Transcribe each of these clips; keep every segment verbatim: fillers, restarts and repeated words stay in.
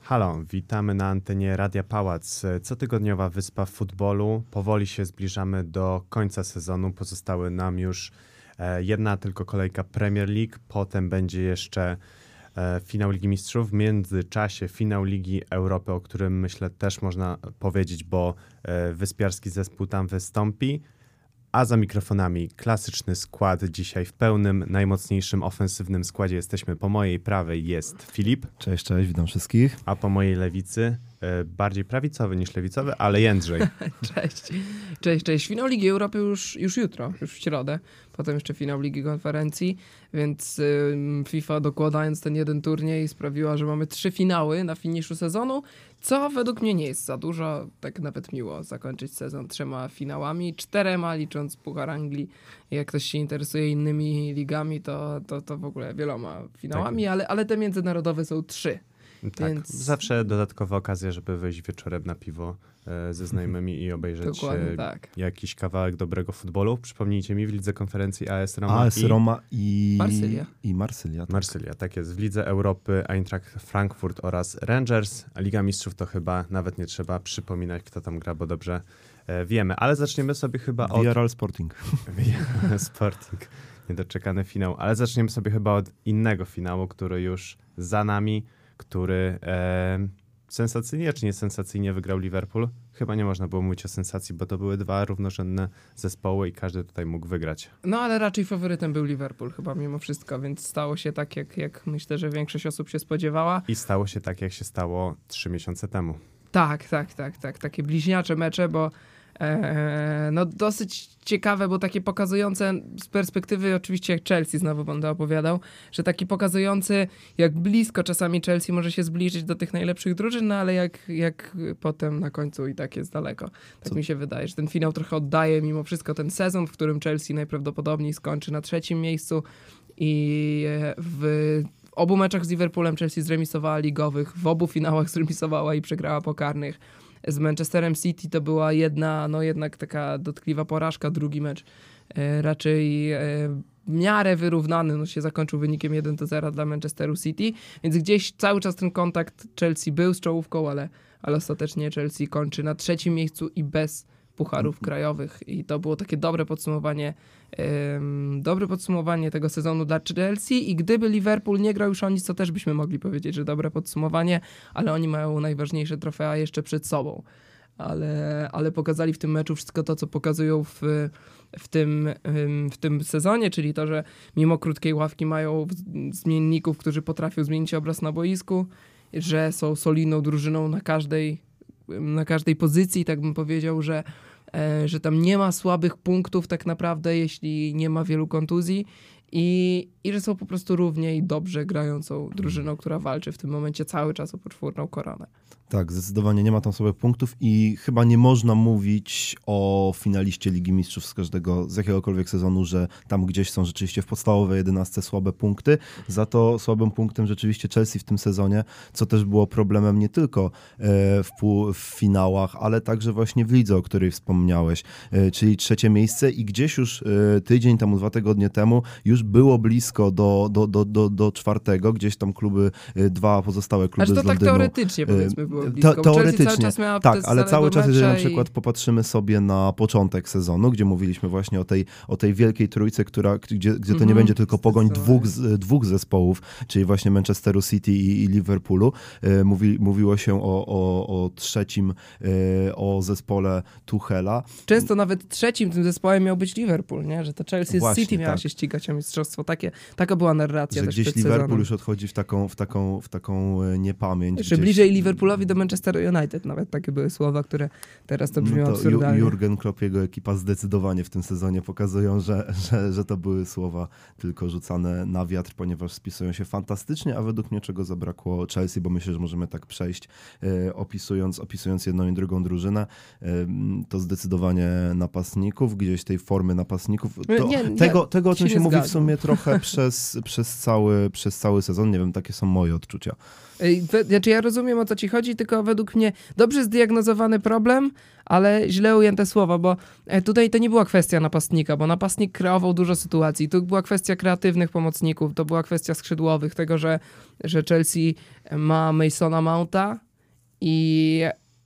Halo, witamy na antenie Radia Pałac. Cotygodniowa wyspa w futbolu. Powoli się zbliżamy do końca sezonu. Pozostały nam już e, jedna tylko kolejka Premier League. Potem będzie jeszcze e, finał Ligi Mistrzów. W międzyczasie finał Ligi Europy, o którym myślę też można powiedzieć, bo e, wyspiarski zespół tam wystąpi. A za mikrofonami klasyczny skład. Dzisiaj w pełnym, najmocniejszym ofensywnym składzie jesteśmy. Po mojej prawej jest Filip. Cześć, cześć, witam wszystkich. A po mojej lewicy, y, bardziej prawicowy niż lewicowy, ale Jędrzej. Cześć, cześć, cześć. Finał Ligi Europy już, już jutro, już w środę. Potem jeszcze finał Ligi Konferencji, więc y, FIFA dokładając ten jeden turniej sprawiła, że mamy trzy finały na finiszu sezonu, co według mnie nie jest za dużo. Tak nawet miło zakończyć sezon trzema finałami, czterema licząc Puchar Anglii. Jak ktoś się interesuje innymi ligami, to, to, to w ogóle wieloma finałami, tak. ale, ale te międzynarodowe są trzy. Tak, Więc... zawsze dodatkowa okazja, żeby wyjść wieczorem na piwo e, ze znajomymi i obejrzeć e, tak. jakiś kawałek dobrego futbolu. Przypomnijcie mi, w lidze konferencji A S Roma, A S i... Roma i Marsylia. I Marsylia, tak. Marsylia, tak jest. W lidze Europy Eintracht Frankfurt oraz Rangers. A Liga Mistrzów to chyba nawet nie trzeba przypominać, kto tam gra, bo dobrze e, wiemy. Ale zaczniemy sobie chyba od... Villarreal Sporting. Villarreal Sporting. Niedoczekany finał. Ale zaczniemy sobie chyba od innego finału, który już za nami, który e, sensacyjnie czy nie sensacyjnie wygrał Liverpool. Chyba nie można było mówić o sensacji, bo to były dwa równorzędne zespoły i każdy tutaj mógł wygrać. No ale raczej faworytem był Liverpool chyba mimo wszystko, więc stało się tak, jak, jak myślę, że większość osób się spodziewała. I stało się tak, jak się stało trzy miesiące temu. Tak, tak, tak, tak. Takie bliźniacze mecze, bo e, no dosyć ciekawe, bo takie pokazujące z perspektywy, oczywiście jak Chelsea znowu będę opowiadał, że taki pokazujący, jak blisko czasami Chelsea może się zbliżyć do tych najlepszych drużyn, no ale jak, jak potem na końcu i tak jest daleko. Tak Co? Mi się wydaje, że ten finał trochę oddaje mimo wszystko ten sezon, w którym Chelsea najprawdopodobniej skończy na trzecim miejscu i w W obu meczach z Liverpoolem Chelsea zremisowała ligowych, w obu finałach zremisowała i przegrała pokarnych. Z Manchesterem City to była jedna, no jednak taka dotkliwa porażka, drugi mecz e, raczej e, w miarę wyrównany, no się zakończył wynikiem jeden do zera dla Manchesteru City, więc gdzieś cały czas ten kontakt Chelsea był z czołówką, ale, ale ostatecznie Chelsea kończy na trzecim miejscu i bez pucharów krajowych i to było takie dobre podsumowanie um, dobre podsumowanie tego sezonu dla Chelsea i gdyby Liverpool nie grał już o nic, to też byśmy mogli powiedzieć, że dobre podsumowanie, ale oni mają najważniejsze trofea jeszcze przed sobą. Ale, ale pokazali w tym meczu wszystko to, co pokazują w, w, tym, w tym sezonie, czyli to, że mimo krótkiej ławki mają zmienników, którzy potrafią zmienić obraz na boisku, że są solidną drużyną na każdej na każdej pozycji, tak bym powiedział, że, e, że tam nie ma słabych punktów tak naprawdę, jeśli nie ma wielu kontuzji i, i że są po prostu równie i dobrze grającą drużyną, która walczy w tym momencie cały czas o poczwórną koronę. Tak, zdecydowanie nie ma tam słabych punktów i chyba nie można mówić o finaliście Ligi Mistrzów z każdego, z jakiegokolwiek sezonu, że tam gdzieś są rzeczywiście w podstawowej jedenastce słabe punkty. Za to słabym punktem rzeczywiście Chelsea w tym sezonie, co też było problemem nie tylko w, pół, w finałach, ale także właśnie w lidze, o której wspomniałeś, czyli trzecie miejsce i gdzieś już tydzień temu, dwa tygodnie temu już było blisko do, do, do, do, do czwartego, gdzieś tam kluby, dwa pozostałe kluby znaczy to z Londynu. Tak teoretycznie powiedzmy było blisko. Te, teoretycznie, cały tak, ale cały czas, jeżeli i... na przykład popatrzymy sobie na początek sezonu, gdzie mówiliśmy właśnie o tej, o tej wielkiej trójce, która, gdzie, gdzie to mm-hmm, nie będzie tylko pogoń dwóch, dwóch zespołów, czyli właśnie Manchesteru City i, i Liverpoolu. E, mówi, mówiło się o, o, o trzecim, e, o zespole Tuchela. Często nawet trzecim tym zespołem miał być Liverpool, nie? Że to Chelsea właśnie, z City miała tak. się ścigać o mistrzostwo. Takie, taka była narracja że też gdzieś przed Liverpool sezonem. już odchodzi w taką, w taką, w taką niepamięć. Że gdzieś... bliżej Liverpoolowi do Manchesteru United. Nawet takie były słowa, które teraz to brzmią no to absurdalnie. Jurgen Klopp, jego ekipa zdecydowanie w tym sezonie pokazują, że, że, że to były słowa tylko rzucane na wiatr, ponieważ spisują się fantastycznie, a według mnie czego zabrakło Chelsea, bo myślę, że możemy tak przejść, e, opisując, opisując jedną i drugą drużynę, e, to zdecydowanie napastników, gdzieś tej formy napastników. To, nie, nie, tego, tego, o czym się, się mówi w zgadzam. sumie trochę przez, przez, cały, przez cały sezon, nie wiem, takie są moje odczucia. Znaczy ja rozumiem, o co ci chodzi, tylko według mnie dobrze zdiagnozowany problem, ale źle ujęte słowa, bo tutaj to nie była kwestia napastnika, bo napastnik kreował dużo sytuacji. Tu była kwestia kreatywnych pomocników, to była kwestia skrzydłowych, tego, że, że Chelsea ma Masona Mounta i,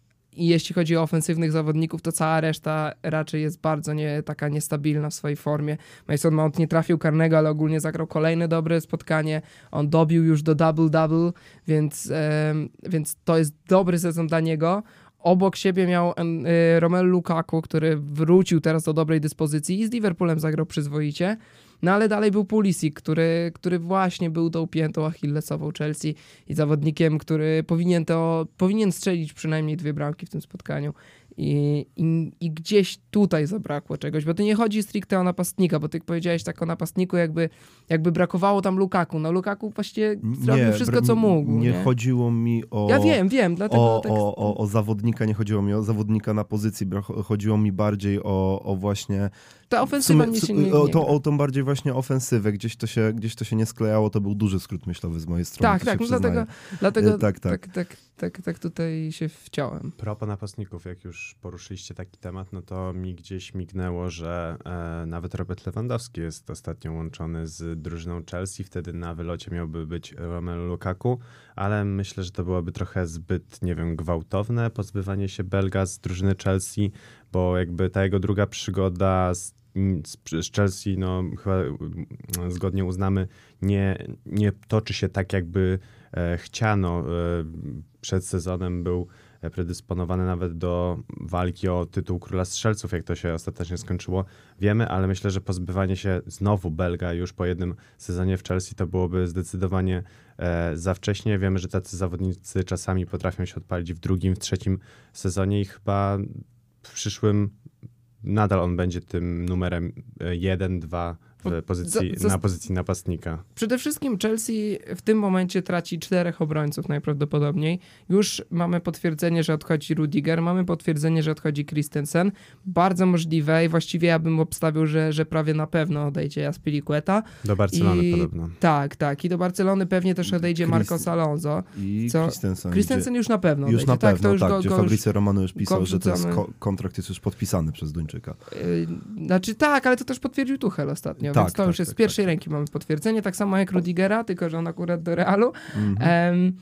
i jeśli chodzi o ofensywnych zawodników, to cała reszta raczej jest bardzo nie, taka niestabilna w swojej formie. Mason Mount nie trafił karnego, ale ogólnie zagrał kolejne dobre spotkanie. On dobił już do double-double, więc, e, więc to jest dobry sezon dla niego. Obok siebie miał e, Romelu Lukaku, który wrócił teraz do dobrej dyspozycji i z Liverpoolem zagrał przyzwoicie. No ale dalej był Pulisic, który, który właśnie był tą piętą achillesową Chelsea i zawodnikiem, który powinien to, powinien strzelić przynajmniej dwie bramki w tym spotkaniu. I, i, I gdzieś tutaj zabrakło czegoś, bo to nie chodzi stricte o napastnika, bo ty powiedziałeś tak o napastniku, jakby, jakby brakowało tam Lukaku. No Lukaku właściwie zrobił nie, wszystko, co mógł. Nie, nie chodziło mi o... Ja wiem, wiem, dlatego... O, tak... o, o, o zawodnika, nie chodziło mi o zawodnika na pozycji, chodziło mi bardziej o, o właśnie... Ta ofensywa sumie, nie się nie, nie o, to, o tą bardziej właśnie ofensywę, gdzieś to, się, gdzieś to się nie sklejało, to był duży skrót myślowy z mojej strony. Tak, tak, no dlatego, dlatego tak, tak. Tak, tak, tak, tak tutaj się wciąłem. Propos napastników, jak już poruszyliście taki temat, no to mi gdzieś mignęło, że e, nawet Robert Lewandowski jest ostatnio łączony z drużyną Chelsea, wtedy na wylocie miałby być Romelu Lukaku, ale myślę, że to byłoby trochę zbyt, nie wiem, gwałtowne pozbywanie się Belga z drużyny Chelsea, bo jakby ta jego druga przygoda z z Chelsea, no chyba zgodnie uznamy, nie, nie toczy się tak, jakby e, chciano. E, przed sezonem był predysponowany nawet do walki o tytuł Króla Strzelców, jak to się ostatecznie skończyło. Wiemy, ale myślę, że pozbywanie się znowu Belga już po jednym sezonie w Chelsea to byłoby zdecydowanie e, za wcześnie. Wiemy, że tacy zawodnicy czasami potrafią się odpalić w drugim, w trzecim sezonie i chyba w przyszłym nadal on będzie tym numerem jeden, dwa w pozycji, za, za, na pozycji napastnika. Przede wszystkim Chelsea w tym momencie traci czterech obrońców najprawdopodobniej. Już mamy potwierdzenie, że odchodzi Rudiger, mamy potwierdzenie, że odchodzi Christensen. Bardzo możliwe i właściwie ja bym obstawił, że, że prawie na pewno odejdzie Azpilicueta. Do Barcelony I, podobno. Tak, tak. I do Barcelony pewnie też odejdzie Christ... Marcos Alonso. I co... Christensen. Christensen już na pewno Już odejdzie. na tak, pewno, to już tak. go, Gdzie go Fabrizio Romano już pisał, że wrzucamy. ten ko- kontrakt jest już podpisany przez Duńczyka. Yy, znaczy tak, ale to też potwierdził Tuchel ostatnio, tak, więc to tak, już jest tak, z pierwszej tak. ręki mamy potwierdzenie, tak samo jak Rudigera, tylko że on akurat do Realu. Mhm. Um,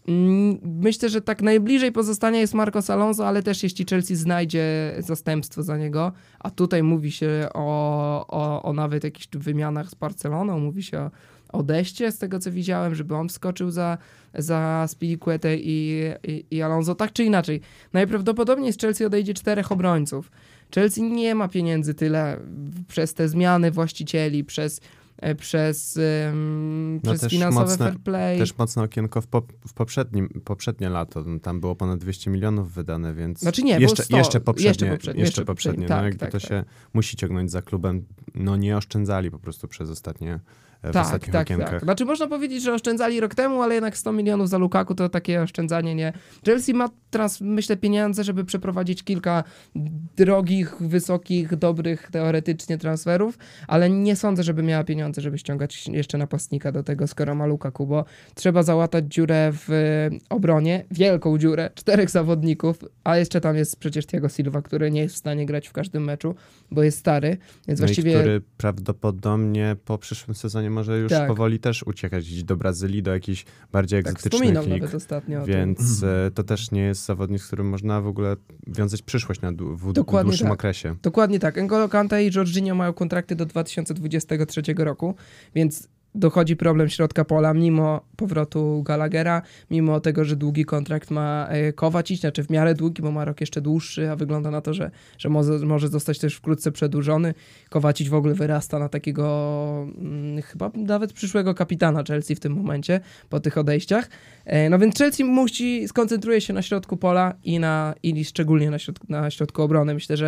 Myślę, że tak najbliżej pozostania jest Marcos Alonso, ale też jeśli Chelsea znajdzie zastępstwo za niego, a tutaj mówi się o, o, o nawet jakichś wymianach z Barceloną, mówi się o odejście, z tego co widziałem, żeby on wskoczył za, za Spilicuetę i, i, i Alonso. Tak czy inaczej, najprawdopodobniej z Chelsea odejdzie czterech obrońców. Chelsea nie ma pieniędzy tyle przez te zmiany właścicieli, przez przez, um, no przez finansowe mocne, fair play. Też mocne okienko w, po, w poprzednim, poprzednie lato. Tam było ponad dwieście milionów wydane, więc znaczy nie, jeszcze, sto, jeszcze poprzednie. Jeszcze poprzednie. Jeszcze poprzednie. Tak, no jakby tak, to tak. się musi ciągnąć za klubem. No nie oszczędzali po prostu przez ostatnie w tak, ostatnich tak, okienkach. tak. Znaczy można powiedzieć, że oszczędzali rok temu, ale jednak sto milionów za Lukaku to takie oszczędzanie nie. Chelsea ma teraz, myślę, pieniądze, żeby przeprowadzić kilka drogich, wysokich, dobrych teoretycznie transferów, ale nie sądzę, żeby miała pieniądze, żeby ściągać jeszcze napastnika do tego, skoro ma Lukaku, bo trzeba załatać dziurę w obronie, wielką dziurę, czterech zawodników, a jeszcze tam jest przecież Thiago Silva, który nie jest w stanie grać w każdym meczu, bo jest stary, więc no właściwie... i który prawdopodobnie po przyszłym sezonie może już tak. powoli też uciekać gdzieś do Brazylii, do jakichś bardziej tak, egzotycznych lig. nawet ostatnio. Więc e, to też nie jest zawodnik, z którym można w ogóle wiązać przyszłość na dłu- w, w Dokładnie dłuższym tak. okresie. Dokładnie tak. N'Golo Kante i Jorginho mają kontrakty do dwa tysiące dwudziestego trzeciego roku, więc dochodzi problem środka pola mimo powrotu Gallaghera, mimo tego, że długi kontrakt ma Kovacic, znaczy w miarę długi, bo ma rok jeszcze dłuższy, a wygląda na to, że, że może, może zostać też wkrótce przedłużony. Kovacic w ogóle wyrasta na takiego hmm, chyba nawet przyszłego kapitana Chelsea w tym momencie, po tych odejściach. E, no więc Chelsea musi, skoncentruje się na środku pola i, na, i szczególnie na, środ, na środku obrony. Myślę, że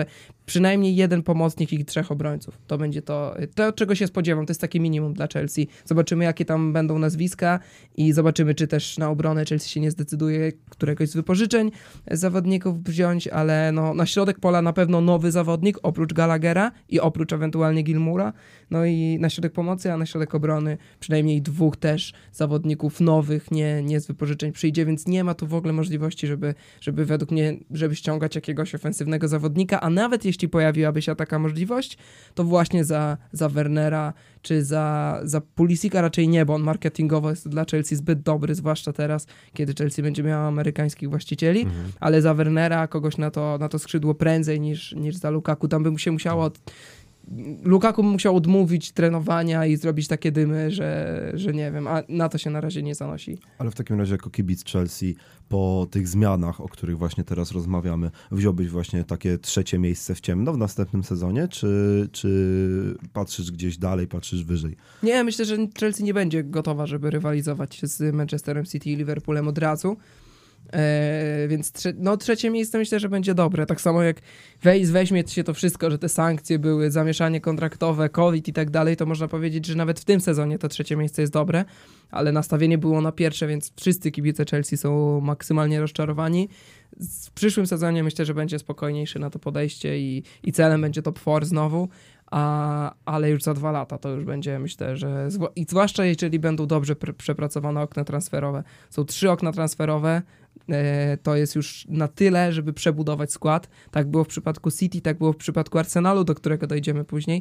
przynajmniej jeden pomocnik i trzech obrońców. To będzie to, to, czego się spodziewam. To jest takie minimum dla Chelsea. Zobaczymy, jakie tam będą nazwiska i zobaczymy, czy też na obronę Chelsea się nie zdecyduje któregoś z wypożyczeń zawodników wziąć, ale no, na środek pola na pewno nowy zawodnik, oprócz Gallaghera i oprócz ewentualnie Gilmoura. No i na środek pomocy, a na środek obrony przynajmniej dwóch też zawodników nowych, nie, nie z wypożyczeń przyjdzie, więc nie ma tu w ogóle możliwości, żeby, żeby według mnie, żeby ściągać jakiegoś ofensywnego zawodnika, a nawet jeśli pojawiłaby się taka możliwość, to właśnie za, za Wernera czy za, za Pulisic'a raczej nie, bo on marketingowo jest dla Chelsea zbyt dobry, zwłaszcza teraz, kiedy Chelsea będzie miała amerykańskich właścicieli, mhm. ale za Wernera kogoś na to, na to skrzydło prędzej niż, niż za Lukaku. Tam by się musiało od... Lukaku musiał odmówić trenowania i zrobić takie dymy, że, że nie wiem, a na to się na razie nie zanosi. Ale w takim razie jako kibic Chelsea po tych zmianach, o których właśnie teraz rozmawiamy, wziąłbyś właśnie takie trzecie miejsce w ciemno w następnym sezonie, czy, czy patrzysz gdzieś dalej, patrzysz wyżej? Nie, myślę, że Chelsea nie będzie gotowa, żeby rywalizować z Manchesterem City i Liverpoolem od razu. Eee, więc trze- no, trzecie miejsce myślę, że będzie dobre. Tak samo jak weź, weźmie się to wszystko, że te sankcje były, zamieszanie kontraktowe, COVID i tak dalej, to można powiedzieć, że nawet w tym sezonie to trzecie miejsce jest dobre, ale nastawienie było na pierwsze, więc wszyscy kibice Chelsea są maksymalnie rozczarowani. W przyszłym sezonie myślę, że będzie spokojniejszy na to podejście i, i celem będzie top cztery znowu. A, ale już za dwa lata to już będzie, myślę, że zw- i zwłaszcza jeżeli będą dobrze pr- przepracowane okna transferowe. Są trzy okna transferowe, e, to jest już na tyle, żeby przebudować skład. Tak było w przypadku City, tak było w przypadku Arsenalu, do którego dojdziemy później.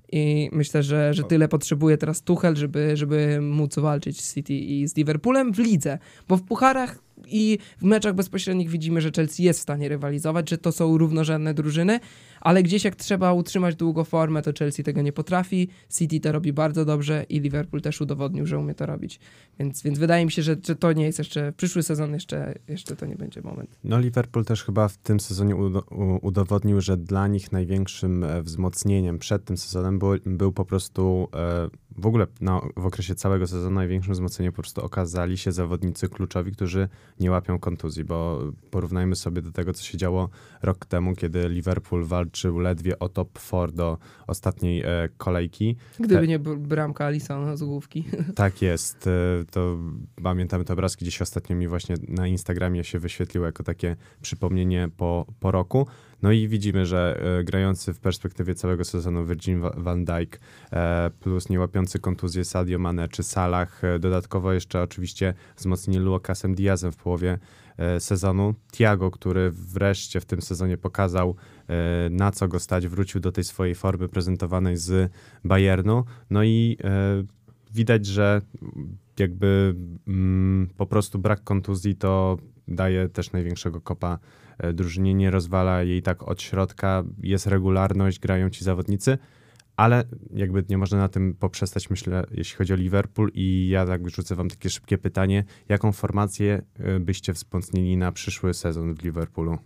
I myślę, że, że tyle potrzebuje teraz Tuchel, żeby, żeby móc walczyć z City i z Liverpoolem w lidze, bo w pucharach i w meczach bezpośrednich widzimy, że Chelsea jest w stanie rywalizować, że to są równorzędne drużyny, ale gdzieś jak trzeba utrzymać długą formę, to Chelsea tego nie potrafi, City to robi bardzo dobrze i Liverpool też udowodnił, że umie to robić. Więc, więc wydaje mi się, że, że to nie jest jeszcze, przyszły sezon jeszcze, jeszcze to nie będzie moment. No Liverpool też chyba w tym sezonie udo- u- udowodnił, że dla nich największym e, wzmocnieniem przed tym sezonem był, był po prostu e, w ogóle no, w okresie całego sezonu największym wzmocnieniem po prostu okazali się zawodnicy kluczowi, którzy nie łapią kontuzji, bo porównajmy sobie do tego, co się działo rok temu, kiedy Liverpool walczył ledwie o top cztery do ostatniej e, kolejki. Gdyby Te... nie b- bramka Alissona z główki. Tak jest. E, to pamiętamy te obrazki, gdzieś ostatnio mi właśnie na Instagramie się wyświetliło jako takie przypomnienie po, po roku. No i widzimy, że e, grający w perspektywie całego sezonu Virgil van Dijk e, plus niełapiący kontuzję Sadio Mane czy Salah, e, dodatkowo jeszcze oczywiście wzmocnienie Lucasem Diazem w połowie e, sezonu. Thiago, który wreszcie w tym sezonie pokazał e, na co go stać, wrócił do tej swojej formy prezentowanej z Bayernu. No i e, widać, że jakby mm, po prostu brak kontuzji to daje też największego kopa drużynie, nie rozwala jej tak od środka, jest regularność, grają ci zawodnicy, ale jakby nie można na tym poprzestać, myślę, jeśli chodzi o Liverpool i ja tak rzucę wam takie szybkie pytanie, jaką formację byście wzmocnili na przyszły sezon w Liverpoolu?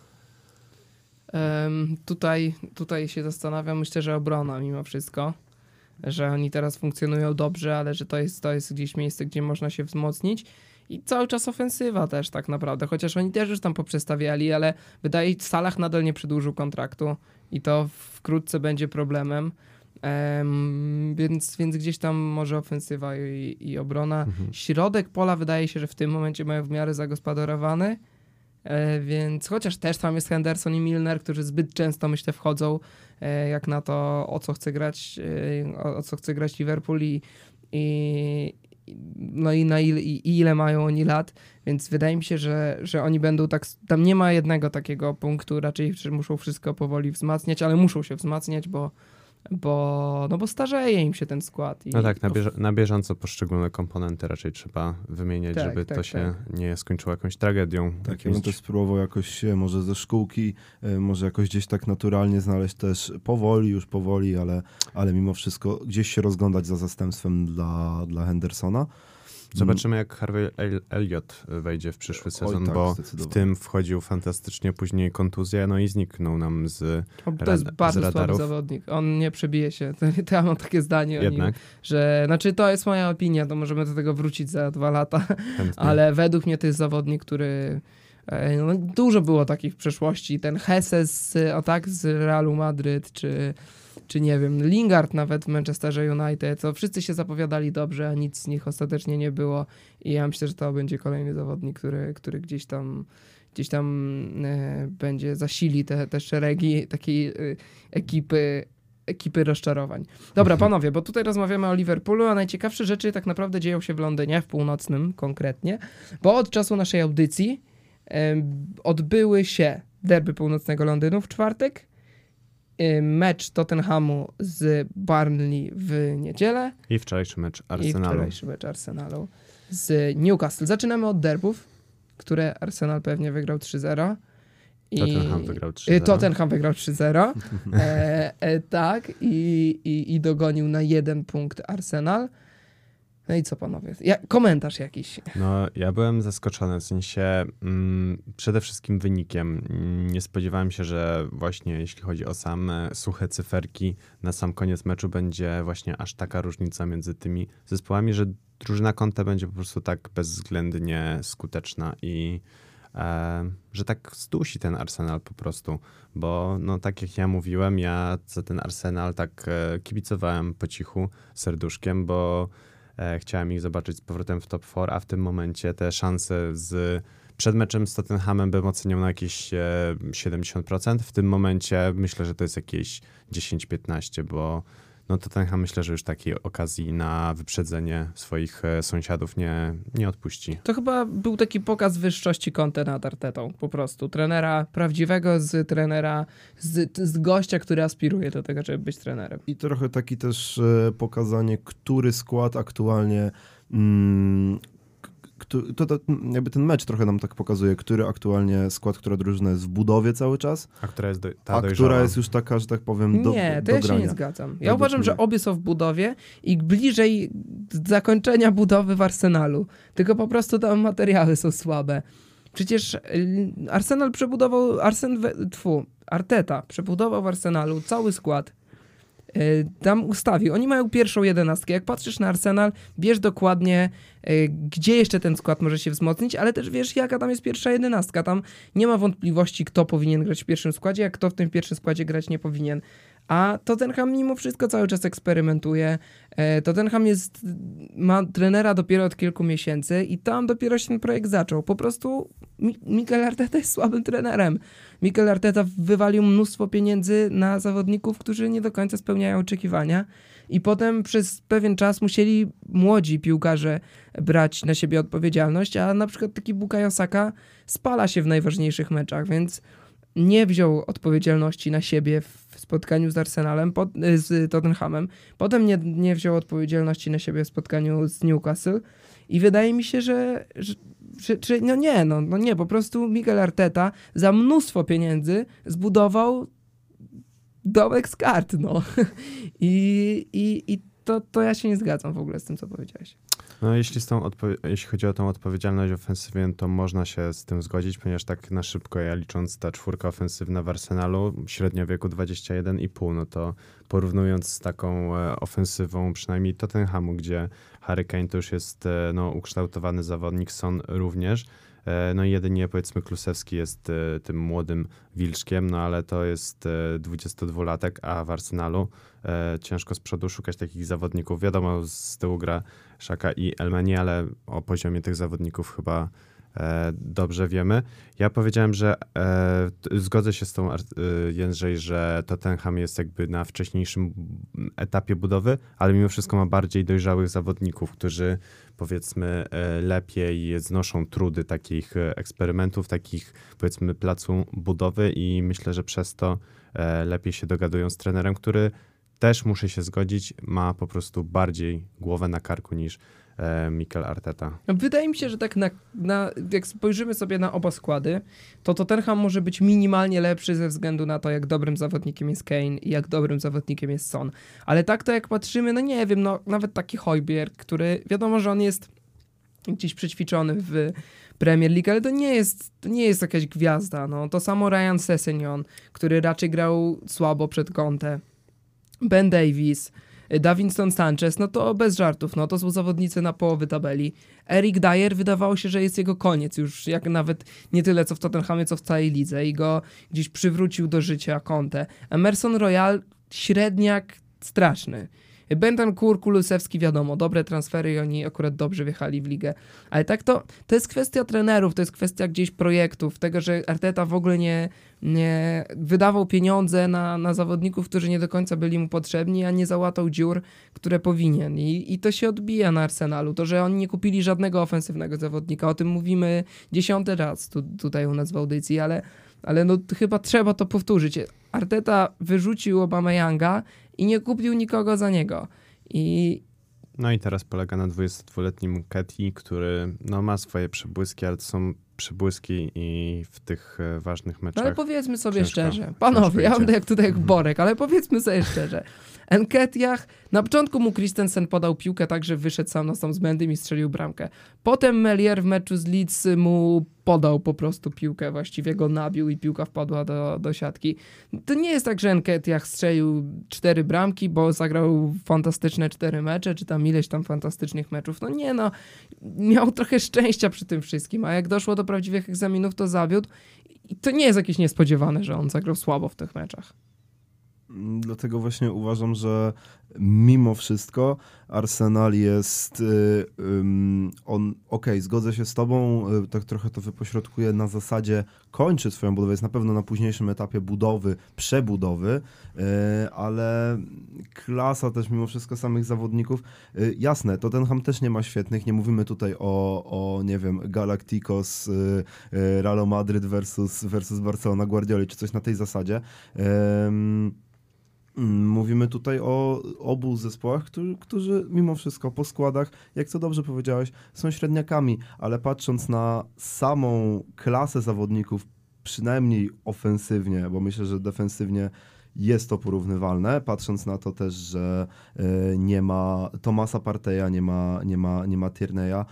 Um, tutaj, tutaj się zastanawiam, myślę, że obrona mimo wszystko, że oni teraz funkcjonują dobrze, ale że to jest, to jest gdzieś miejsce, gdzie można się wzmocnić. I cały czas ofensywa też tak naprawdę, chociaż oni też już tam poprzestawiali, ale wydaje się, że Salah nadal nie przedłużył kontraktu i to wkrótce będzie problemem, um, więc, więc gdzieś tam może ofensywa i, i obrona. Mhm. Środek pola wydaje się, że w tym momencie mają w miarę zagospodarowany, e, więc chociaż też tam jest Henderson i Milner, którzy zbyt często myślę wchodzą e, jak na to, o co chce grać, e, o, o co chce grać Liverpool i, i no i na ile, i ile mają oni lat, więc wydaje mi się, że, że oni będą tak, tam nie ma jednego takiego punktu, raczej muszą wszystko powoli wzmacniać, ale muszą się wzmacniać, bo bo, no bo starzeje im się ten skład. I no tak, na, bieżo- na bieżąco poszczególne komponenty raczej trzeba wymieniać, tak, żeby tak, to się tak. nie skończyło jakąś tragedią. Tak, ja bym też spróbował jakoś może ze szkółki, może jakoś gdzieś tak naturalnie znaleźć też powoli, już powoli, ale, ale mimo wszystko gdzieś się rozglądać za zastępstwem dla, dla Hendersona. Zobaczymy, jak Harvey Elliott wejdzie w przyszły sezon, Oj, tak, bo w tym wchodził fantastycznie, później kontuzja, no i zniknął nam z To rad- jest bardzo słaby zawodnik. On nie przebije się. To, to ja mam takie zdanie Jednak. o nim, że, znaczy to jest moja opinia, to możemy do tego wrócić za dwa lata, Chętnie. ale według mnie to jest zawodnik, który No, dużo było takich w przeszłości. Ten Hesse z, o tak, z Realu Madryt, czy, czy nie wiem, Lingard nawet w Manchesterze United. To wszyscy się zapowiadali dobrze, a nic z nich ostatecznie nie było. I ja myślę, że to będzie kolejny zawodnik, który, który gdzieś tam gdzieś tam e, będzie zasili te, te szeregi takiej e, ekipy ekipy rozczarowań. Dobra, panowie, bo tutaj rozmawiamy o Liverpoolu, a najciekawsze rzeczy tak naprawdę dzieją się w Londynie, w północnym konkretnie, bo od czasu naszej audycji e, odbyły się derby północnego Londynu w czwartek, e, mecz Tottenhamu z Burnley w niedzielę i wczorajszy mecz Arsenalu. I wczorajszy mecz Arsenalu z Newcastle. Zaczynamy od derbów, które Arsenal pewnie wygrał trzy zero. I Tottenham wygrał trzy zero. Tottenham wygrał trzy zero. e, e, tak. I, i, I dogonił na jeden punkt Arsenal. No i co, panowie? Ja, komentarz jakiś. No, ja byłem zaskoczony, w sensie mm, przede wszystkim wynikiem. Nie spodziewałem się, że właśnie jeśli chodzi o same suche cyferki, na sam koniec meczu będzie właśnie aż taka różnica między tymi zespołami, że drużyna Conte będzie po prostu tak bezwzględnie skuteczna i e, że tak zdusi ten Arsenal po prostu, bo no tak jak ja mówiłem, ja za ten Arsenal tak e, kibicowałem po cichu, serduszkiem, bo e, chciałem ich zobaczyć z powrotem w top cztery, a w tym momencie te szanse z przed meczem z Tottenhamem bym oceniał na jakieś e, siedemdziesiąt procent, w tym momencie myślę, że to jest jakieś dziesięć piętnaście, bo no Tottenham myślę, że już takiej okazji na wyprzedzenie swoich e, sąsiadów nie, nie odpuści. To chyba był taki pokaz wyższości Conte nad Artetą, po prostu. Trenera prawdziwego z trenera, z, z gościa, który aspiruje do tego, żeby być trenerem. I trochę taki też e, pokazanie, który skład aktualnie... Mm, To, to, jakby ten mecz trochę nam tak pokazuje, który aktualnie skład, która drużyna jest w budowie cały czas, a która jest, do, ta a dojrzała. która jest już taka, że tak powiem, do Nie, to do ja grania. się nie zgadzam. Ja Według uważam, mnie. że obie są w budowie i bliżej zakończenia budowy w Arsenalu. Tylko po prostu tam materiały są słabe. Przecież Arsenal przebudował, Arsen, tfu, Arteta przebudował w Arsenalu cały skład. Tam ustawił. Oni mają pierwszą jedenastkę. Jak patrzysz na Arsenal, wiesz dokładnie, gdzie jeszcze ten skład może się wzmocnić, ale też wiesz, jaka tam jest pierwsza jedenastka. Tam nie ma wątpliwości, kto powinien grać w pierwszym składzie, a kto w tym pierwszym składzie grać nie powinien. A Tottenham mimo wszystko cały czas eksperymentuje. Tottenham jest, ma trenera dopiero od kilku miesięcy i tam dopiero się ten projekt zaczął. Po prostu Mikel Arteta jest słabym trenerem. Mikel Arteta wywalił mnóstwo pieniędzy na zawodników, którzy nie do końca spełniają oczekiwania i potem przez pewien czas musieli młodzi piłkarze brać na siebie odpowiedzialność, a na przykład taki Bukayo Saka spala się w najważniejszych meczach, więc nie wziął odpowiedzialności na siebie w spotkaniu z Arsenalem, pod, z Tottenhamem. Potem nie, nie wziął odpowiedzialności na siebie w spotkaniu z Newcastle i wydaje mi się, że, że, że, że no nie, no, no nie, po prostu Mikel Arteta za mnóstwo pieniędzy zbudował domek z kart, no. I, i, i to, to ja się nie zgadzam w ogóle z tym, co powiedziałeś. No jeśli, z tą odpo- jeśli chodzi o tą odpowiedzialność ofensywną, to można się z tym zgodzić, ponieważ tak na szybko, ja licząc ta czwórka ofensywna w Arsenalu, średnio wieku dwadzieścia jeden i pół, no to porównując z taką e, ofensywą przynajmniej Tottenhamu, gdzie Harry Kane to już jest e, no, ukształtowany zawodnik, Son również, e, no i jedynie powiedzmy Klusewski jest e, tym młodym wilczkiem, no ale to jest e, dwudziestodwulatek, a w Arsenalu e, ciężko z przodu szukać takich zawodników. Wiadomo, z tyłu gra Xhaka i Elmeni, ale o poziomie tych zawodników chyba e, dobrze wiemy. Ja powiedziałem, że e, t- zgodzę się z tą e, Jędrzej, że Tottenham jest jakby na wcześniejszym etapie budowy, ale mimo wszystko ma bardziej dojrzałych zawodników, którzy powiedzmy e, lepiej znoszą trudy takich e, eksperymentów, takich powiedzmy placu budowy i myślę, że przez to e, lepiej się dogadują z trenerem, który też, muszę się zgodzić, ma po prostu bardziej głowę na karku niż e, Mikel Arteta. Wydaje mi się, że tak na, na, jak spojrzymy sobie na oba składy, to Tottenham może być minimalnie lepszy ze względu na to, jak dobrym zawodnikiem jest Kane i jak dobrym zawodnikiem jest Son. Ale tak to jak patrzymy, no nie wiem, no nawet taki Højbjerg, który wiadomo, że on jest gdzieś przećwiczony w Premier League, ale to nie jest, to nie jest jakaś gwiazda. No. To samo Ryan Sessegnon, który raczej grał słabo przed Conte. Ben Davies, Davinson Sanchez, no to bez żartów, no to są zawodnicy na połowy tabeli. Eric Dyer wydawało się, że jest jego koniec już, jak nawet nie tyle co w Tottenhamie, co w całej lidze i go gdzieś przywrócił do życia Conte. Emerson Royal, średniak straszny. Bentancur, Kulusewski, wiadomo, dobre transfery i oni akurat dobrze wjechali w ligę. Ale tak to, to jest kwestia trenerów, to jest kwestia gdzieś projektów, tego, że Arteta w ogóle nie, nie wydawał pieniądze na, na zawodników, którzy nie do końca byli mu potrzebni, a nie załatał dziur, które powinien. I, i to się odbija na Arsenalu. To, że oni nie kupili żadnego ofensywnego zawodnika, o tym mówimy dziesiąty raz tu, tutaj u nas w audycji, ale, ale no chyba trzeba to powtórzyć. Arteta wyrzucił Aubameyanga i nie kupił nikogo za niego. I... No i teraz polega na dwudziestodwuletnim Ketty, który no, ma swoje przebłyski, ale to są przebłyski i w tych e, ważnych meczach. No ale powiedzmy sobie ciężko, szczerze. Panowie, ja będę jak tutaj jak Mhm. Borek, ale powiedzmy sobie szczerze. Enketiah, na początku mu Christensen podał piłkę tak, że wyszedł sam na sam z Mendym i strzelił bramkę. Potem Melier w meczu z Leeds mu podał po prostu piłkę, właściwie go nabił i piłka wpadła do, do siatki. To nie jest tak, że Enketiah strzelił cztery bramki, bo zagrał fantastyczne cztery mecze, czy tam ileś tam fantastycznych meczów. No nie no, miał trochę szczęścia przy tym wszystkim, a jak doszło do prawdziwych egzaminów, to zawiódł. I to nie jest jakieś niespodziewane, że on zagrał słabo w tych meczach. Dlatego właśnie uważam, że mimo wszystko Arsenal jest, y, ym, on, okej, okay, zgodzę się z tobą, y, tak trochę to wypośrodkuję, na zasadzie kończy swoją budowę, jest na pewno na późniejszym etapie budowy, przebudowy, y, ale klasa też mimo wszystko samych zawodników, y, jasne, Tottenham też nie ma świetnych, nie mówimy tutaj o, o nie wiem, Galacticos, y, y, Real Madrid versus, versus Barcelona, Guardioli, czy coś na tej zasadzie. Y, Mówimy tutaj o obu zespołach, którzy, którzy mimo wszystko po składach, jak to dobrze powiedziałeś, są średniakami, ale patrząc na samą klasę zawodników, przynajmniej ofensywnie, bo myślę, że defensywnie jest to porównywalne, patrząc na to też, że y, nie ma Thomasa Parteja, nie ma, nie ma, nie ma Tierney'a,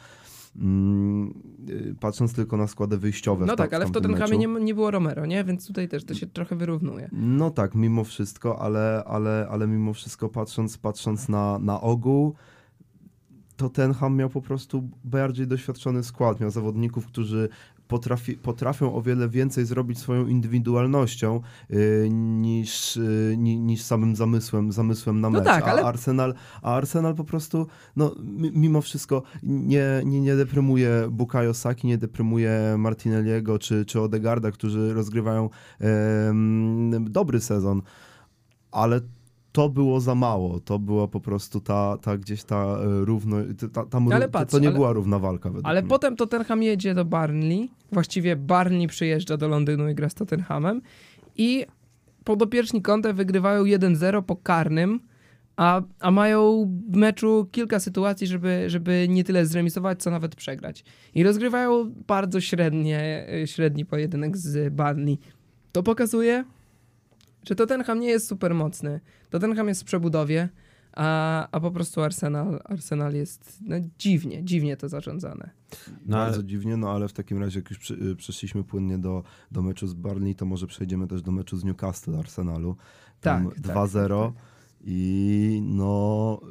patrząc tylko na składy wyjściowe. No w tak, ta, ale w w Tottenhamie nie, nie było Romero, nie? Więc tutaj też to się trochę wyrównuje. No tak, mimo wszystko, ale, ale, ale mimo wszystko patrząc, patrząc na, na ogół, Tottenham miał po prostu bardziej doświadczony skład, miał zawodników, którzy Potrafi, potrafią o wiele więcej zrobić swoją indywidualnością yy, niż, yy, ni, niż samym zamysłem, zamysłem na mecz. No tak, ale... a, Arsenal, a Arsenal po prostu, no, m- mimo wszystko nie, nie, nie deprymuje Bukayo Saki, nie deprymuje Martinelliego czy, czy Odegaarda, którzy rozgrywają yy, dobry sezon, ale to było za mało, to była po prostu ta, ta gdzieś ta równo, ta, ta, ale ta, patrz, to nie ale, była równa walka. Ale mnie. potem Tottenham jedzie do Burnley, właściwie Burnley przyjeżdża do Londynu i gra z Tottenhamem i podopieczni Conte wygrywają jeden zero po karnym, a, a mają w meczu kilka sytuacji, żeby, żeby nie tyle zremisować, co nawet przegrać. I rozgrywają bardzo średnie, średni pojedynek z Burnley. To pokazuje, że Tottenham nie jest super mocny. Tottenham jest w przebudowie, a, a po prostu Arsenal, Arsenal jest no, dziwnie, dziwnie to zarządzane. No, Bardzo ale... dziwnie, no ale w takim razie jak już przy, przeszliśmy płynnie do, do meczu z Burnley, to może przejdziemy też do meczu z Newcastle Arsenalu. Tam Tak, dwa zero tak, tak. I no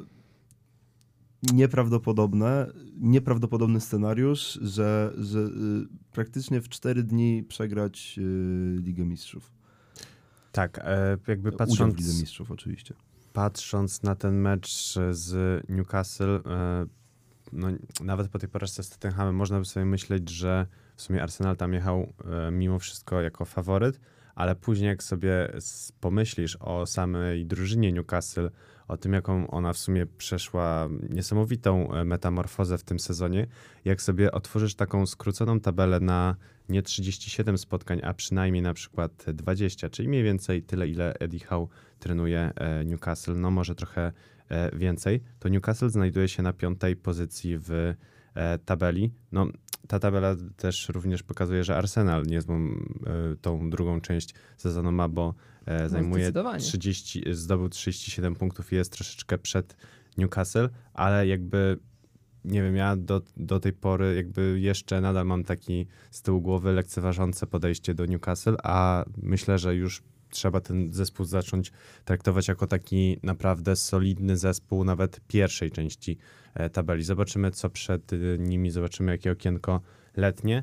nieprawdopodobne, nieprawdopodobny scenariusz, że, że y, praktycznie w cztery dni przegrać y, Ligę Mistrzów. Tak, e, jakby Udział patrząc... w Lidze Mistrzów oczywiście. Patrząc na ten mecz z Newcastle, e, no, nawet po tej porażce z Tottenhamem można by sobie myśleć, że w sumie Arsenal tam jechał e, mimo wszystko jako faworyt, ale później jak sobie pomyślisz o samej drużynie Newcastle, o tym jaką ona w sumie przeszła niesamowitą metamorfozę w tym sezonie, jak sobie otworzysz taką skróconą tabelę na nie trzydzieści siedem spotkań, a przynajmniej na przykład dwadzieścia, czyli mniej więcej tyle, ile Eddie Howe trenuje Newcastle, no może trochę więcej, to Newcastle znajduje się na piątej pozycji w tabeli. No, ta tabela też również pokazuje, że Arsenal niezłą tą drugą część sezonu ma, bo no, zajmuje trzydzieści, zdobył trzydzieści siedem punktów i jest troszeczkę przed Newcastle, ale jakby nie wiem, ja do, do tej pory jakby jeszcze nadal mam taki z tyłu głowy lekceważące podejście do Newcastle, a myślę, że już trzeba ten zespół zacząć traktować jako taki naprawdę solidny zespół nawet pierwszej części e, tabeli. Zobaczymy, co przed nimi, zobaczymy, jakie okienko letnie,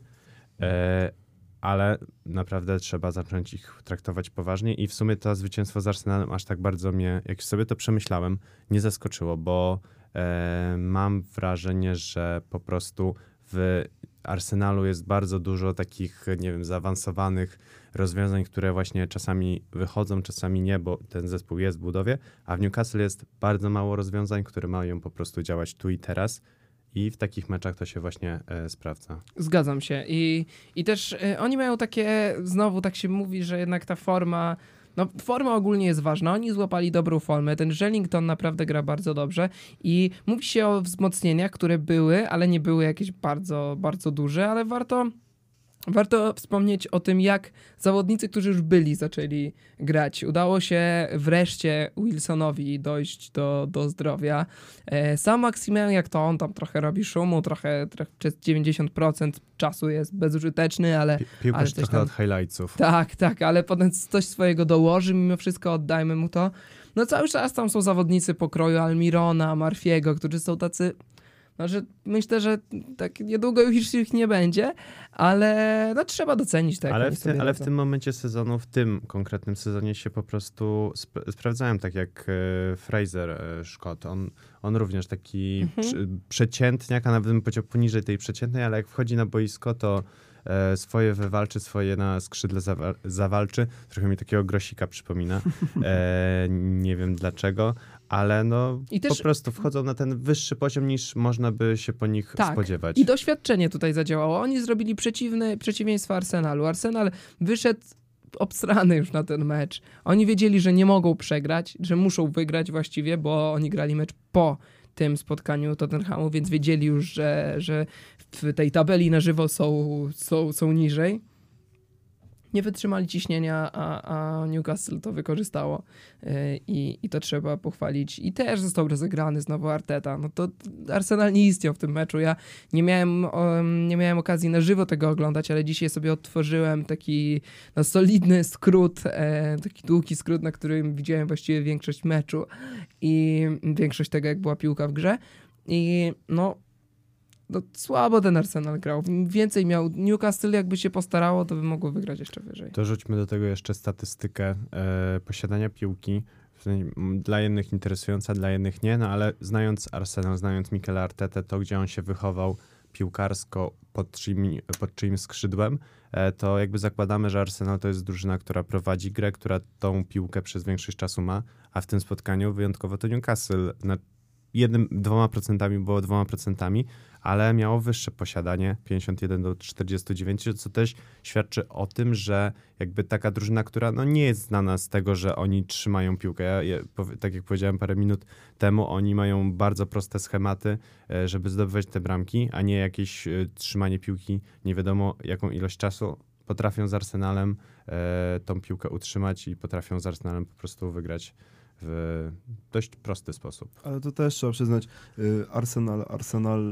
e, ale naprawdę trzeba zacząć ich traktować poważnie i w sumie to zwycięstwo z Arsenalem aż tak bardzo mnie, jak sobie to przemyślałem, nie zaskoczyło, bo e, mam wrażenie, że po prostu w Arsenalu jest bardzo dużo takich, nie wiem, zaawansowanych rozwiązań, które właśnie czasami wychodzą, czasami nie, bo ten zespół jest w budowie, a w Newcastle jest bardzo mało rozwiązań, które mają po prostu działać tu i teraz i w takich meczach to się właśnie e, sprawdza. Zgadzam się i, i też y, oni mają takie, znowu tak się mówi, że jednak ta forma, no forma ogólnie jest ważna, oni złapali dobrą formę, ten Żelington naprawdę gra bardzo dobrze i mówi się o wzmocnieniach, które były, ale nie były jakieś bardzo, bardzo duże, ale warto... Warto wspomnieć o tym, jak zawodnicy, którzy już byli, zaczęli grać. Udało się wreszcie Wilsonowi dojść do, do zdrowia. Sam Maximin, jak to on tam trochę robi szumu, trochę, trochę przez dziewięćdziesiąt procent czasu jest bezużyteczny, ale... Pi- Piłkarz ale coś trochę tam... od highlightsów. Tak, tak, ale potem coś swojego dołoży, mimo wszystko oddajmy mu to. No cały czas tam są zawodnicy pokroju Almirona, Marfiego, którzy są tacy... No, że myślę, że tak niedługo już ich nie będzie, ale no, trzeba docenić tak. Ale, w, ty, ale w tym momencie sezonu, w tym konkretnym sezonie się po prostu sp- sprawdzałem, tak jak e, Fraser e, Scott. On, on również taki Mhm. przy, przeciętniak, a nawet bym powiedział poniżej tej przeciętnej, ale jak wchodzi na boisko, to e, swoje wywalczy, swoje na skrzydle zawa- zawalczy. Trochę mi takiego Grosika przypomina. E, nie wiem dlaczego. Ale no I po też- prostu wchodzą na ten wyższy poziom niż można by się po nich Tak. spodziewać. I doświadczenie tutaj zadziałało. Oni zrobili przeciwne, przeciwieństwo Arsenalu. Arsenal wyszedł obstrany już na ten mecz. Oni wiedzieli, że nie mogą przegrać, że muszą wygrać właściwie, bo oni grali mecz po tym spotkaniu Tottenhamu, więc wiedzieli już, że, że w tej tabeli na żywo są, są, są niżej. Nie wytrzymali ciśnienia, a, a Newcastle to wykorzystało yy, i, i to trzeba pochwalić. I też został rozegrany znowu Arteta. No to Arsenal nie istniał w tym meczu. Ja nie miałem, um, nie miałem okazji na żywo tego oglądać, ale dzisiaj sobie odtworzyłem taki no, solidny skrót, e, taki długi skrót, na którym widziałem właściwie większość meczu i większość tego, jak była piłka w grze. I no No, słabo ten Arsenal grał. Więcej miał. Newcastle jakby się postarało, to by mogło wygrać jeszcze wyżej. To rzućmy do tego jeszcze statystykę e, posiadania piłki. W sensie, m, dla jednych interesująca, dla jednych nie, no ale znając Arsenal, znając Mikela Artetę, to gdzie on się wychował piłkarsko pod czyim, pod czyim skrzydłem, e, to jakby zakładamy, że Arsenal to jest drużyna, która prowadzi grę, która tą piłkę przez większość czasu ma, a w tym spotkaniu wyjątkowo to Newcastle na jednym, dwoma procentami było dwoma procentami, ale miało wyższe posiadanie, pięćdziesiąt jeden do czterdziestu dziewięciu, co też świadczy o tym, że jakby taka drużyna, która no nie jest znana z tego, że oni trzymają piłkę. Ja, ja, powie- tak jak powiedziałem parę minut temu, oni mają bardzo proste schematy, e, żeby zdobywać te bramki, a nie jakieś e, trzymanie piłki nie wiadomo jaką ilość czasu. Potrafią z Arsenalem e, tą piłkę utrzymać i potrafią z Arsenalem po prostu wygrać w dość prosty sposób. Ale to też trzeba przyznać, y, Arsenal, Arsenal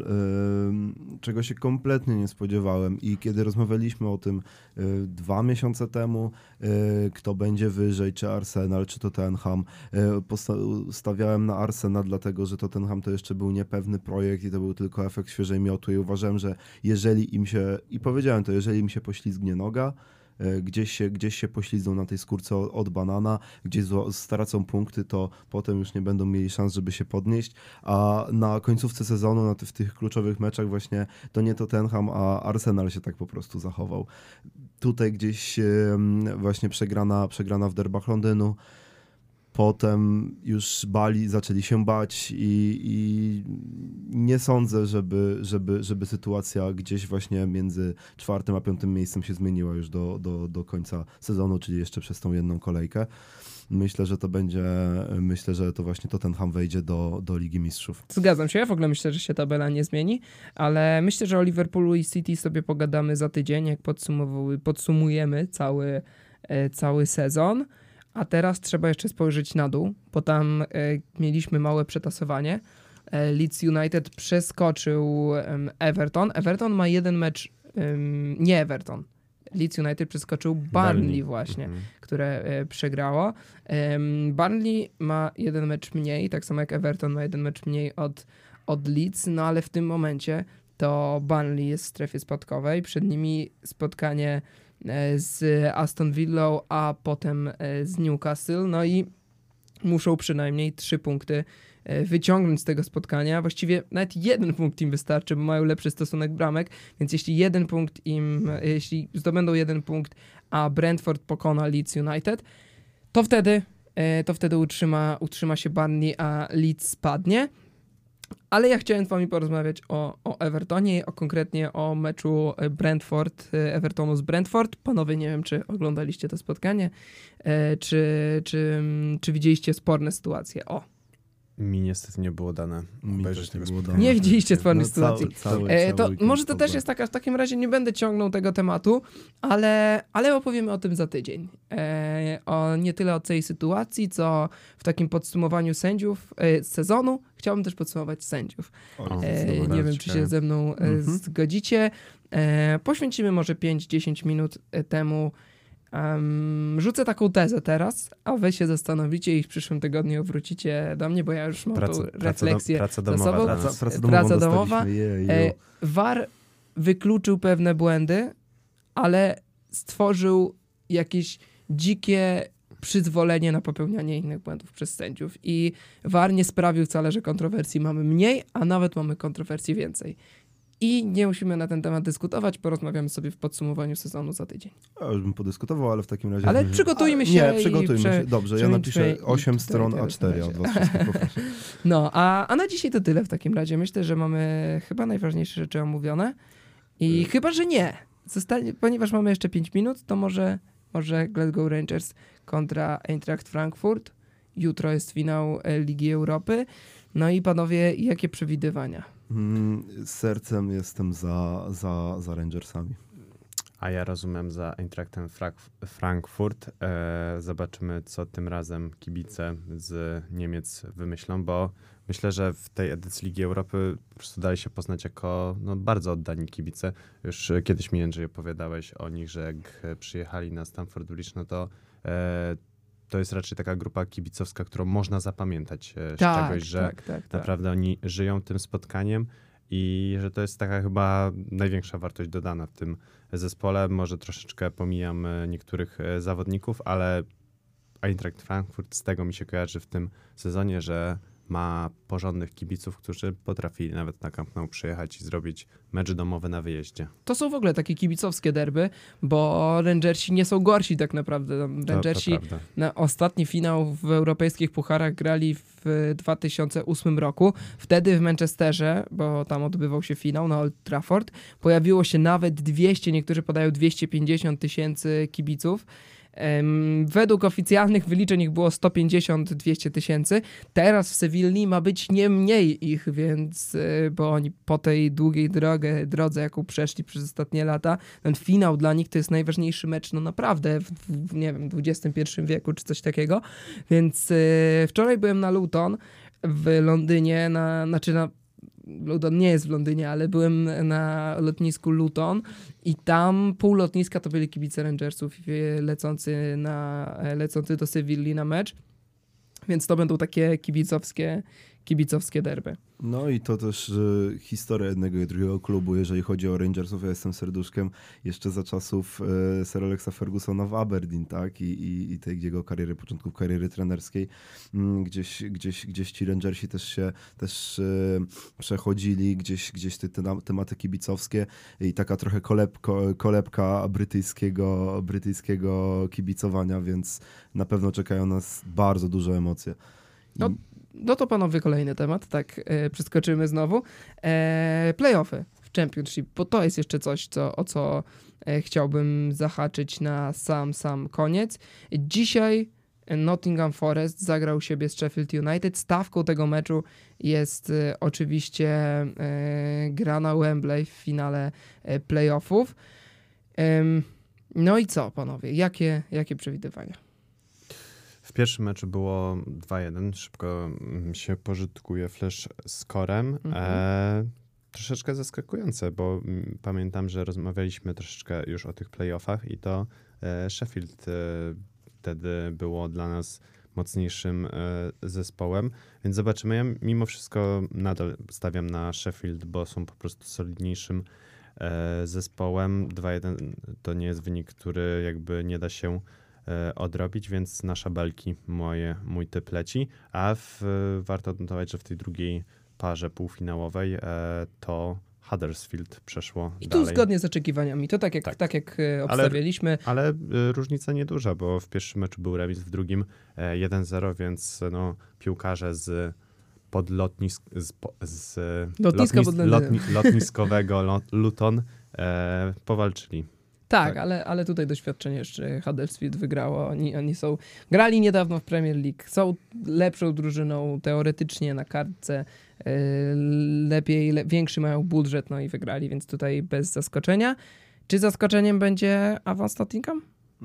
y, czego się kompletnie nie spodziewałem i kiedy rozmawialiśmy o tym y, dwa miesiące temu, y, kto będzie wyżej, czy Arsenal, czy Tottenham, y, posta- stawiałem na Arsenal, dlatego że Tottenham to jeszcze był niepewny projekt i to był tylko efekt świeżej miotu i uważałem, że jeżeli im się, i powiedziałem to, jeżeli im się poślizgnie noga, gdzieś się, gdzieś się poślizgną na tej skórce od, od banana, gdzieś zło- stracą punkty, to potem już nie będą mieli szans, żeby się podnieść, a na końcówce sezonu, na ty, w tych kluczowych meczach właśnie to nie Tottenham, a Arsenal się tak po prostu zachował. Tutaj gdzieś em, właśnie przegrana, przegrana w derbach Londynu, potem już bali, zaczęli się bać i, i nie sądzę, żeby, żeby, żeby sytuacja gdzieś właśnie między czwartym a piątym miejscem się zmieniła już do, do, do końca sezonu, czyli jeszcze przez tą jedną kolejkę. Myślę, że to będzie, myślę, że to właśnie Tottenham wejdzie do, do Ligi Mistrzów. Zgadzam się, ja w ogóle myślę, że się tabela nie zmieni, ale myślę, że o Liverpoolu i City sobie pogadamy za tydzień, jak podsumowu- podsumujemy cały, e, cały sezon. A teraz trzeba jeszcze spojrzeć na dół, bo tam e, mieliśmy małe przetasowanie, e, Leeds United przeskoczył um, Everton. Everton ma jeden mecz, um, nie Everton. Leeds United przeskoczył Burnley, Burnley. właśnie, mhm. które e, przegrało. Um, Burnley ma jeden mecz mniej, tak samo jak Everton ma jeden mecz mniej od, od Leeds, no ale w tym momencie to Burnley jest w strefie spadkowej. Przed nimi spotkanie e, z Aston Villą, a potem e, z Newcastle. No i muszą przynajmniej trzy punkty e, wyciągnąć z tego spotkania. Właściwie nawet jeden punkt im wystarczy, bo mają lepszy stosunek bramek, więc jeśli jeden punkt im, jeśli zdobędą jeden punkt, a Brentford pokona Leeds United, to wtedy, e, to wtedy utrzyma, utrzyma się Burnley, a Leeds spadnie. Ale ja chciałem z wami porozmawiać o, o Evertonie, o konkretnie o meczu Brentford, Evertonu z Brentford. Panowie, nie wiem, czy oglądaliście to spotkanie, e, czy, czy, czy widzieliście sporne sytuacje. O. Mi niestety nie było dane obejrzeć tego spotkania. Nie widzieliście spornych no, sytuacji. Cały, cały, e, to cały może to też jest taka, w takim razie nie będę ciągnął tego tematu, ale, ale opowiemy o tym za tydzień. E, o, nie tyle o tej sytuacji, co w takim podsumowaniu sędziów e, sezonu. Chciałbym też podsumować sędziów. O, e, nie wiem, czy się ze mną e, mhm. zgodzicie. E, poświęcimy może pięć do dziesięciu minut temu. Um, rzucę taką tezę teraz, a wy się zastanowicie i w przyszłym tygodniu wrócicie do mnie, bo ja już mam praca, tą refleksję praca do, do, za praca sobą. domowa. Praca, praca domowa. Praca domowa. E, V A R wykluczył pewne błędy, ale stworzył jakieś dzikie przyzwolenie na popełnianie innych błędów przez sędziów. I V A R nie sprawił wcale, że kontrowersji mamy mniej, a nawet mamy kontrowersji więcej. I nie musimy na ten temat dyskutować, porozmawiamy sobie w podsumowaniu sezonu za tydzień. Ja już bym podyskutował, ale w takim razie... Ale przygotujmy się. Nie, przygotujmy prze... się. Dobrze, ja napiszę osiem stron A cztery od was wszystkich, poproszę. No, a, a na dzisiaj to tyle w takim razie. Myślę, że mamy chyba najważniejsze rzeczy omówione. I y- chyba, że nie. Zostanie, ponieważ mamy jeszcze pięć minut, to może, może Glasgow Rangers kontra Eintracht Frankfurt. Jutro jest finał Ligi Europy. No i panowie, jakie przewidywania? Mm, sercem jestem za, za, za Rangersami. A ja rozumiem za Eintrachtem Frank- Frankfurt. E, zobaczymy, co tym razem kibice z Niemiec wymyślą, bo myślę, że w tej edycji Ligi Europy po prostu dali się poznać jako no, bardzo oddani kibice. Już kiedyś mi, Jędrzej, opowiadałeś o nich, że jak przyjechali na Stamford Bridge, no to e, to jest raczej taka grupa kibicowska, którą można zapamiętać e, z tak, czegoś, że tak, tak, naprawdę tak. oni żyją tym spotkaniem i że to jest taka chyba największa wartość dodana w tym zespole. Może troszeczkę pomijam niektórych zawodników, ale Eintracht Frankfurt z tego mi się kojarzy w tym sezonie, że ma porządnych kibiców, którzy potrafili nawet na Camp Nou przyjechać i zrobić mecz domowy na wyjeździe. To są w ogóle takie kibicowskie derby, bo Rangersi nie są gorsi tak naprawdę. Rangersi to, to na ostatni finał w europejskich pucharach grali w dwa tysiące ósmym roku. Wtedy w Manchesterze, bo tam odbywał się finał na Old Trafford, pojawiło się nawet dwieście, niektórzy podają dwieście pięćdziesiąt tysięcy kibiców. Um, według oficjalnych wyliczeń ich było sto pięćdziesiąt do dwustu tysięcy. Teraz w Sewilli ma być nie mniej ich, więc, y, bo oni po tej długiej drogę, drodze, jaką przeszli przez ostatnie lata, ten finał dla nich to jest najważniejszy mecz, no naprawdę, w, w nie wiem, dwudziestym pierwszym wieku, czy coś takiego. Więc y, wczoraj byłem na Luton w Londynie, na, znaczy na Luton nie jest w Londynie, ale byłem na lotnisku Luton i tam pół lotniska to byli kibice Rangersów lecący, na, lecący do Sewilli na mecz, więc to będą takie kibicowskie, kibicowskie derby. No i to też y, historia jednego i drugiego klubu, jeżeli chodzi o Rangersów. Ja jestem serduszkiem jeszcze za czasów y, Sir Alexa Fergusona w Aberdeen, tak? I, i, i tej jego kariery, początków kariery trenerskiej. Mm, gdzieś, gdzieś, gdzieś ci Rangersi też się też y, przechodzili, gdzieś, gdzieś te, te tematy kibicowskie i taka trochę kolebko, kolebka brytyjskiego, brytyjskiego kibicowania, więc na pewno czekają nas bardzo duże emocje. I... No. No to panowie kolejny temat, tak, e, przeskoczymy znowu. E, playoffy w Championship, bo to jest jeszcze coś, co, o co e, chciałbym zahaczyć na sam, sam koniec. Dzisiaj Nottingham Forest zagrał siebie z Sheffield United. Stawką tego meczu jest e, oczywiście e, gra na Wembley w finale e, playoffów. E, no i co, panowie, jakie, jakie przewidywania? W pierwszym meczu było dwa jeden. Szybko się pożytkuje flash skorem. Mhm. E, troszeczkę zaskakujące, bo m, pamiętam, że rozmawialiśmy troszeczkę już o tych playoffach i to e, Sheffield e, wtedy było dla nas mocniejszym e, zespołem, więc zobaczymy. Ja mimo wszystko nadal stawiam na Sheffield, bo są po prostu solidniejszym e, zespołem. dwa jeden to nie jest wynik, który jakby nie da się e, odrobić, więc na szabelki moje, mój typ leci, a w, warto odnotować, że w tej drugiej parze półfinałowej e, to Huddersfield przeszło I dalej. tu zgodnie z oczekiwaniami. To tak jak, tak. tak jak obstawialiśmy. Ale, ale y, różnica nieduża, bo w pierwszym meczu był remis, w drugim e, jeden zero, więc no, piłkarze z podlotnisk, z, z Lotniska lotnis, pod lotni, lotniskowego lot, Luton e, powalczyli. Tak, Tak. Ale, ale tutaj doświadczenie jeszcze Huddersfield wygrało. Oni, oni są, grali niedawno w Premier League, są lepszą drużyną teoretycznie na kartce, yy, lepiej, le, większy mają budżet, no i wygrali, więc tutaj bez zaskoczenia. Czy zaskoczeniem będzie awans Nottingham?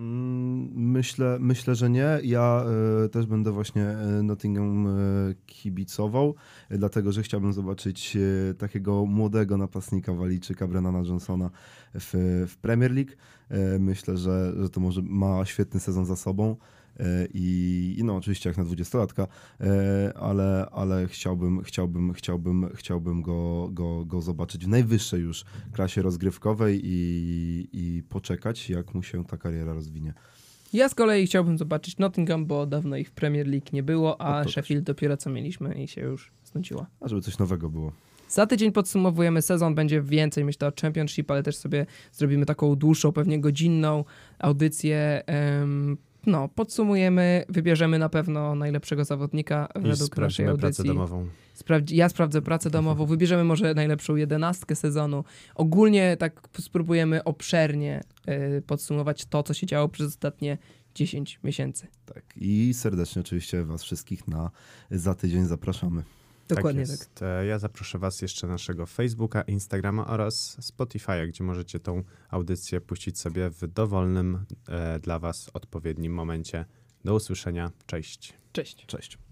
Myślę, myślę, że nie. Ja y, też będę właśnie Nottingham y, kibicował, y, dlatego że chciałbym zobaczyć y, takiego młodego napastnika Walijczyka, Brennana Johnsona w, w Premier League. Y, myślę, że, że to może ma świetny sezon za sobą. I, i no oczywiście jak na dwudziestolatka, ale, ale chciałbym, chciałbym, chciałbym, chciałbym go, go, go zobaczyć w najwyższej już klasie rozgrywkowej i, i poczekać, jak mu się ta kariera rozwinie. Ja z kolei chciałbym zobaczyć Nottingham, bo dawno ich w Premier League nie było, a no Sheffield też. Dopiero co mieliśmy i się już znudziło. A żeby coś nowego było. Za tydzień podsumowujemy sezon, będzie więcej, myślę, o Championship, ale też sobie zrobimy taką dłuższą, pewnie godzinną audycję. Um, No, podsumujemy, wybierzemy na pewno najlepszego zawodnika I według naszej audycji. pracę domową. Sprawdzi- ja sprawdzę pracę domową, wybierzemy może najlepszą jedenastkę sezonu. Ogólnie tak spróbujemy obszernie y, podsumować to, co się działo przez ostatnie dziesięć miesięcy. Tak, i serdecznie oczywiście was wszystkich na za tydzień zapraszamy. Dokładnie tak. Jest. tak. Ja zaproszę was jeszcze na naszego Facebooka, Instagrama oraz Spotify'a, gdzie możecie tą audycję puścić sobie w dowolnym e, dla was odpowiednim momencie. Do usłyszenia. Cześć. Cześć. Cześć.